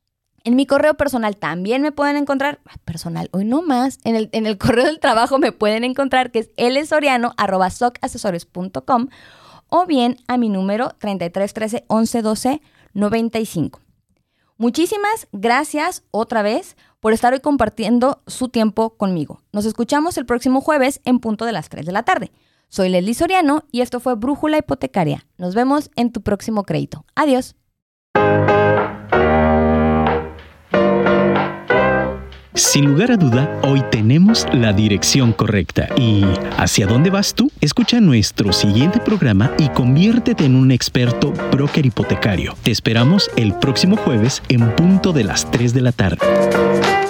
En mi correo personal también me pueden encontrar, personal, hoy no más, en el, en el correo del trabajo me pueden encontrar, que es lsoriano arroba socasesores punto com o bien a mi número treinta y tres trece once doce noventa y cinco. Muchísimas gracias otra vez por estar hoy compartiendo su tiempo conmigo. Nos escuchamos el próximo jueves en punto de las tres de la tarde. Soy Leslie Soriano y esto fue Brújula Hipotecaria. Nos vemos en tu próximo crédito. Adiós. Sin lugar a duda, hoy tenemos la dirección correcta. ¿Y hacia dónde vas tú? Escucha nuestro siguiente programa y conviértete en un experto broker hipotecario. Te esperamos el próximo jueves en punto de las tres de la tarde.